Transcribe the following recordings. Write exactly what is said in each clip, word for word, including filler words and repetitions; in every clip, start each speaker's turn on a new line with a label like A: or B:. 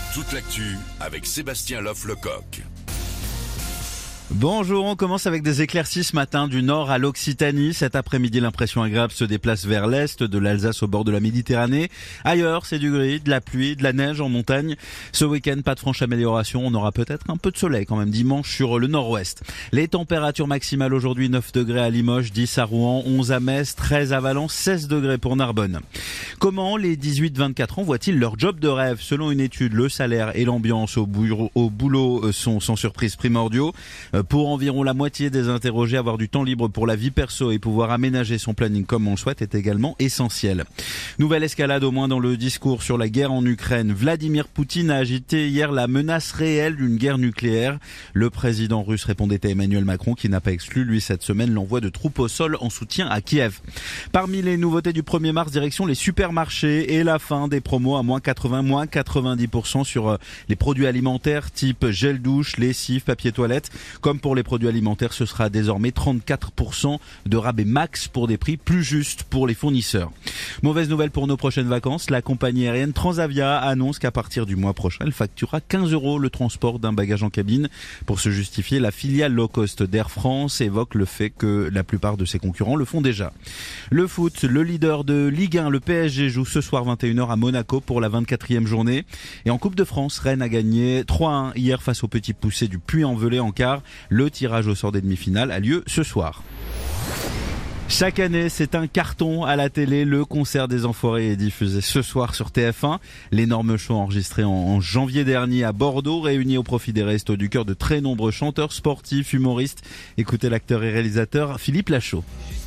A: Toute l'actu avec Sébastien Loff-Lecoq.
B: Bonjour, on commence avec des éclaircies ce matin du nord à l'Occitanie. Cet après-midi, l'impression agréable se déplace vers l'est, de l'Alsace au bord de la Méditerranée. Ailleurs, c'est du gris, de la pluie, de la neige en montagne. Ce week-end, pas de franche amélioration. On aura peut-être un peu de soleil quand même dimanche sur le nord-ouest. Les températures maximales aujourd'hui, neuf degrés à Limoges, dix à Rouen, onze à Metz, treize à Valence, seize degrés pour Narbonne. Comment les dix-huit vingt-quatre ans voient-ils leur job de rêve? Selon une étude, le salaire et l'ambiance au, bureau, au boulot sont sans surprise primordiaux. Pour environ la moitié des interrogés, avoir du temps libre pour la vie perso et pouvoir aménager son planning comme on le souhaite est également essentiel. Nouvelle escalade au moins dans le discours sur la guerre en Ukraine. Vladimir Poutine a agité hier la menace réelle d'une guerre nucléaire. Le président russe répondait à Emmanuel Macron qui n'a pas exclu lui cette semaine l'envoi de troupes au sol en soutien à Kiev. Parmi les nouveautés du premier mars, direction les supermarchés et la fin des promos à moins quatre-vingts, moins quatre-vingt-dix pour cent sur les produits alimentaires type gel douche, lessive, papier toilette. Comme pour les produits alimentaires, ce sera désormais trente-quatre pour cent de rabais max pour des prix plus justes pour les fournisseurs. Mauvaise nouvelle pour nos prochaines vacances, la compagnie aérienne Transavia annonce qu'à partir du mois prochain, elle facturera quinze euros le transport d'un bagage en cabine. Pour se justifier, la filiale low cost d'Air France évoque le fait que la plupart de ses concurrents le font déjà. Le foot, le leader de Ligue un, le P S G, joue ce soir vingt et une heures à Monaco pour la vingt-quatrième journée. Et en Coupe de France, Rennes a gagné trois à un hier face au Petit Poucet du Puy-en-Velay en quart. Le tirage au sort des demi-finales a lieu ce soir. Chaque année, c'est un carton à la télé. Le concert des Enfoirés est diffusé ce soir sur T F un. L'énorme show enregistré en janvier dernier à Bordeaux, réuni au profit des Restos du Cœur de très nombreux chanteurs, sportifs, humoristes. Écoutez l'acteur et réalisateur Philippe Lachaud.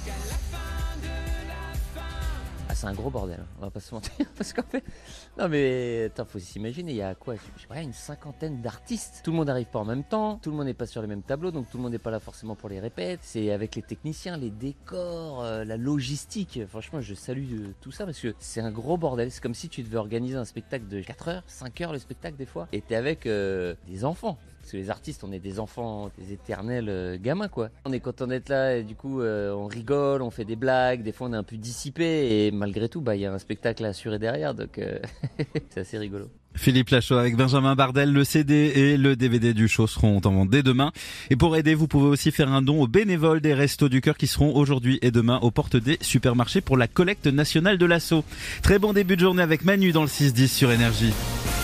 C: C'est un gros bordel, on va pas se mentir, parce qu'en fait, non mais attends, faut s'imaginer, il y a quoi, je sais pas, une cinquantaine d'artistes, tout le monde n'arrive pas en même temps, tout le monde n'est pas sur les mêmes tableaux, donc tout le monde n'est pas là forcément pour les répètes, c'est avec les techniciens, les décors, euh, la logistique, franchement je salue euh, tout ça parce que c'est un gros bordel, c'est comme si tu devais organiser un spectacle de quatre heures, cinq heures le spectacle des fois, et t'es avec euh, des enfants. Parce que les artistes, on est des enfants, des éternels euh, gamins, quoi. On est content d'être là et du coup, euh, on rigole, on fait des blagues. Des fois, on est un peu dissipé et malgré tout, bah, il y a un spectacle à assurer derrière, donc euh, c'est assez rigolo.
B: Philippe Lachaud avec Benjamin Bardel, le C D et le D V D du show seront en vente dès demain. Et pour aider, vous pouvez aussi faire un don aux bénévoles des Restos du Cœur qui seront aujourd'hui et demain aux portes des supermarchés pour la collecte nationale de l'assaut. Très bon début de journée avec Manu dans le six dix sur Énergie.